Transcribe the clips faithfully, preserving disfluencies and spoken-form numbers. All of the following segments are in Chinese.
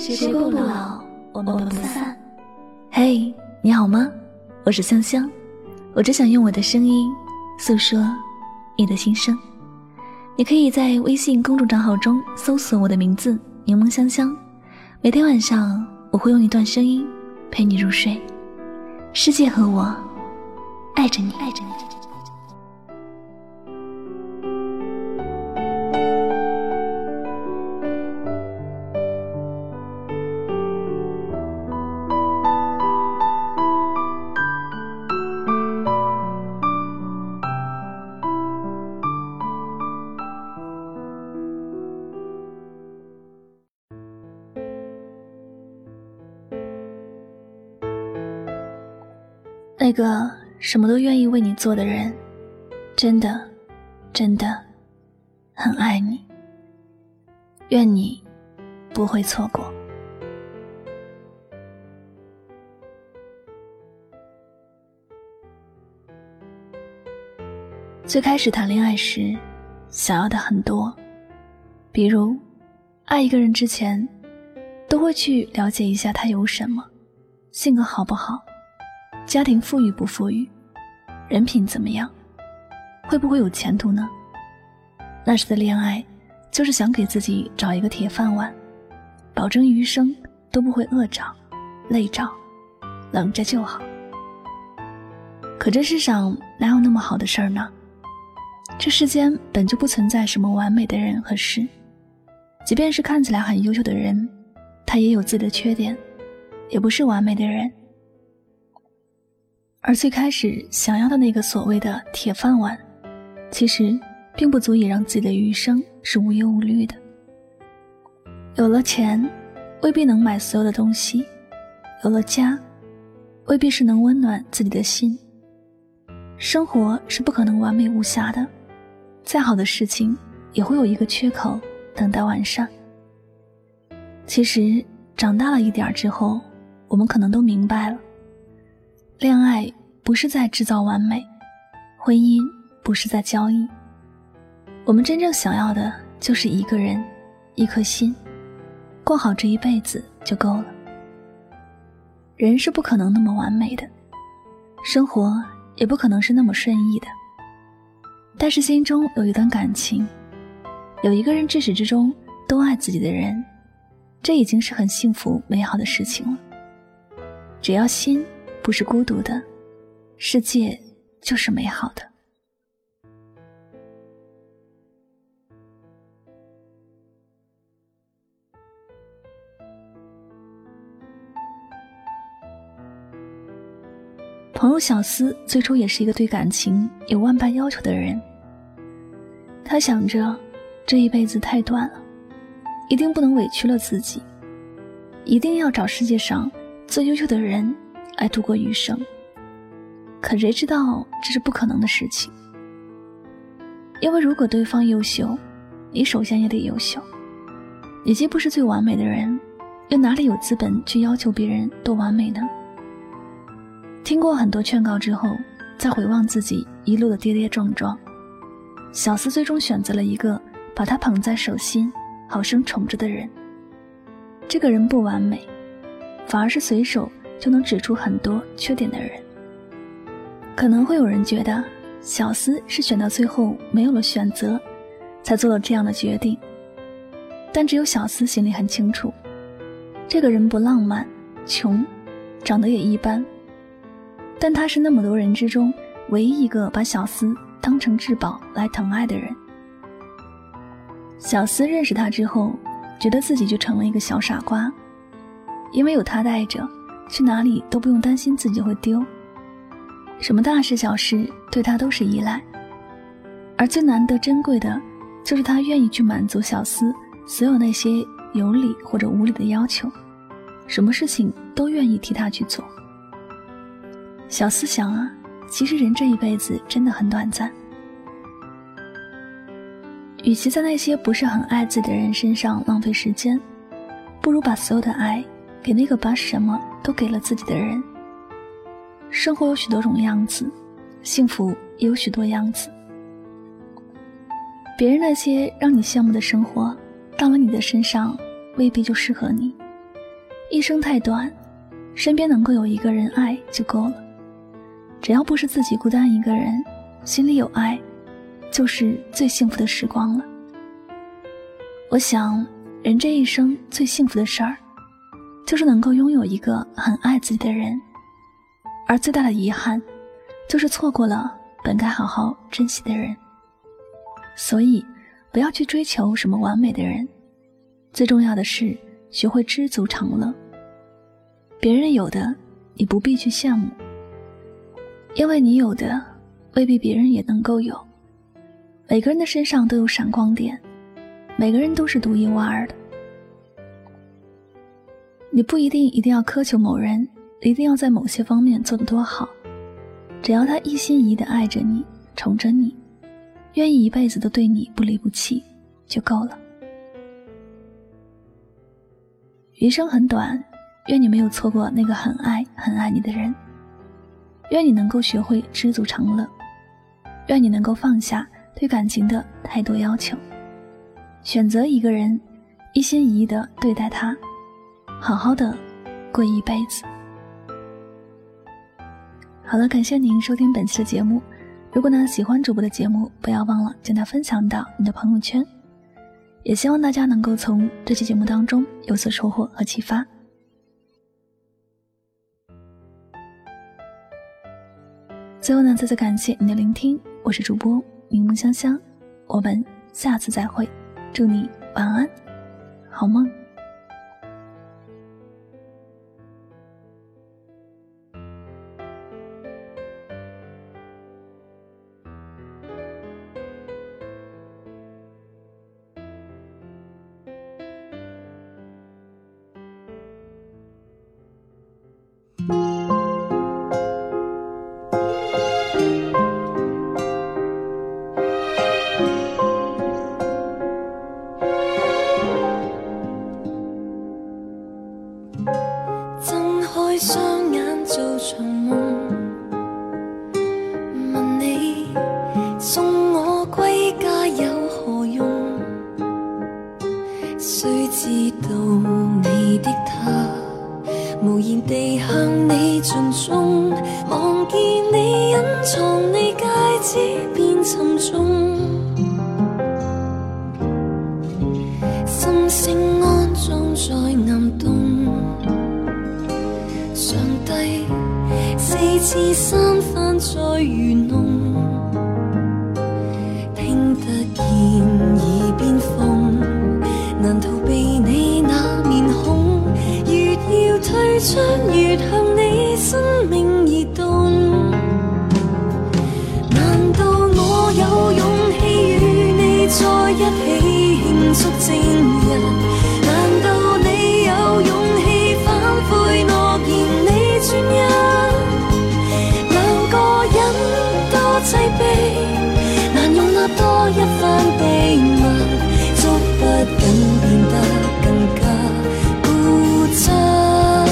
时光不老，我们不散。 嘿，你好吗？我是香香，我只想用我的声音诉说你的心声。你可以在微信公众账号中搜索我的名字柠檬香香，每天晚上我会用一段声音陪你入睡。世界和我爱着你，爱着你。那个什么都愿意为你做的人，真的真的很爱你，愿你不会错过。最开始谈恋爱时想要的很多，比如爱一个人之前都会去了解一下他有什么，性格好不好，家庭富裕不富裕，人品怎么样，会不会有前途呢？那时的恋爱就是想给自己找一个铁饭碗，保证余生都不会饿着累着冷着就好。可这世上哪有那么好的事儿呢？这世间本就不存在什么完美的人和事，即便是看起来很优秀的人，他也有自己的缺点，也不是完美的人。而最开始想要的那个所谓的铁饭碗，其实并不足以让自己的余生是无忧无虑的。有了钱未必能买所有的东西，有了家未必是能温暖自己的心。生活是不可能完美无瑕的，再好的事情也会有一个缺口等待完善。其实长大了一点之后，我们可能都明白了，恋爱不是在制造完美，婚姻不是在交易，我们真正想要的就是一个人一颗心，过好这一辈子就够了。人是不可能那么完美的，生活也不可能是那么顺意的，但是心中有一段感情，有一个人至始至终都爱自己的人，这已经是很幸福美好的事情了。只要心不是孤独的，世界就是美好的。朋友小思最初也是一个对感情有万般要求的人，他想着这一辈子太短了，一定不能委屈了自己，一定要找世界上最优秀的人来度过余生。可谁知道这是不可能的事情，因为如果对方优秀，你首先也得优秀。你既不是最完美的人，又哪里有资本去要求别人多完美呢？听过很多劝告之后，再回望自己一路的跌跌撞撞，小思最终选择了一个把他捧在手心好生宠着的人。这个人不完美，反而是随手就能指出很多缺点的人。可能会有人觉得小思是选到最后没有了选择才做了这样的决定，但只有小思心里很清楚，这个人不浪漫，穷，长得也一般，但他是那么多人之中唯一一个把小思当成至宝来疼爱的人。小思认识他之后，觉得自己就成了一个小傻瓜，因为有他带着，去哪里都不用担心自己会丢，什么大事小事对他都是依赖。而最难得珍贵的就是他愿意去满足小思所有那些有理或者无理的要求，什么事情都愿意替他去做。小思想啊，其实人这一辈子真的很短暂，与其在那些不是很爱自己的人身上浪费时间，不如把所有的爱给那个把什么都给了自己的人。生活有许多种样子，幸福也有许多样子。别人那些让你羡慕的生活，到了你的身上未必就适合你。 一生太短，身边能够有一个人爱就够了。只要不是自己孤单一个人，心里有爱，就是最幸福的时光了。我想，人这一生最幸福的事儿，就是能够拥有一个很爱自己的人，而最大的遗憾，就是错过了本该好好珍惜的人。所以，不要去追求什么完美的人，最重要的是学会知足常乐。别人有的，你不必去羡慕，因为你有的未必别人也能够有。每个人的身上都有闪光点，每个人都是独一无二的。你不一定一定要苛求某人，一定要在某些方面做得多好，只要他一心一意地爱着你，宠着你，愿意一辈子都对你不离不弃就够了。余生很短，愿你没有错过那个很爱很爱你的人，愿你能够学会知足常乐，愿你能够放下对感情的太多要求，选择一个人，一心一意地对待他，好好的过一辈子。好了，感谢您收听本期的节目。如果呢喜欢主播的节目，不要忘了将它分享到你的朋友圈，也希望大家能够从这期节目当中有所收获和启发。最后呢，再次感谢你的聆听，我是主播柠檬香香，我们下次再会，祝你晚安，好梦。 雙眼做場夢，問你送我歸家有何用？誰知道你的他無言地向你盡忠，望見你隱藏你戒指變沉重，心聲安裝在暗洞。上帝四次三番再愚弄，聽得見耳邊風，難逃避你那面孔，越要退出越向你生命移動。難道我有勇氣與你在一起慶祝正日？難道你有勇氣反悔諾言？專一兩個人多擠迫，難容納多一番秘密，捉不緊變得更加固執。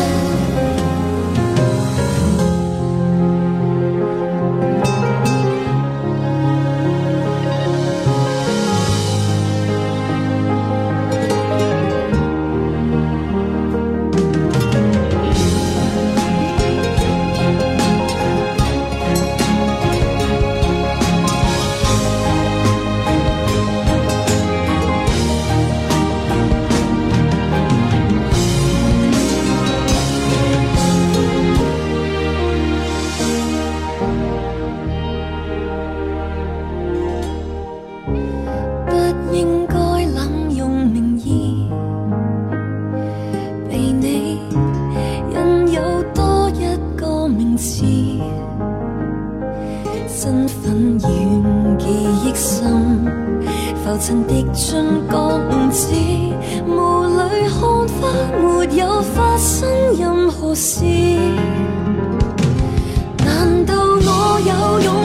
身份遠記憶深，浮塵滴進覺悟知，霧裏看花沒有發生任何事。難道我有勇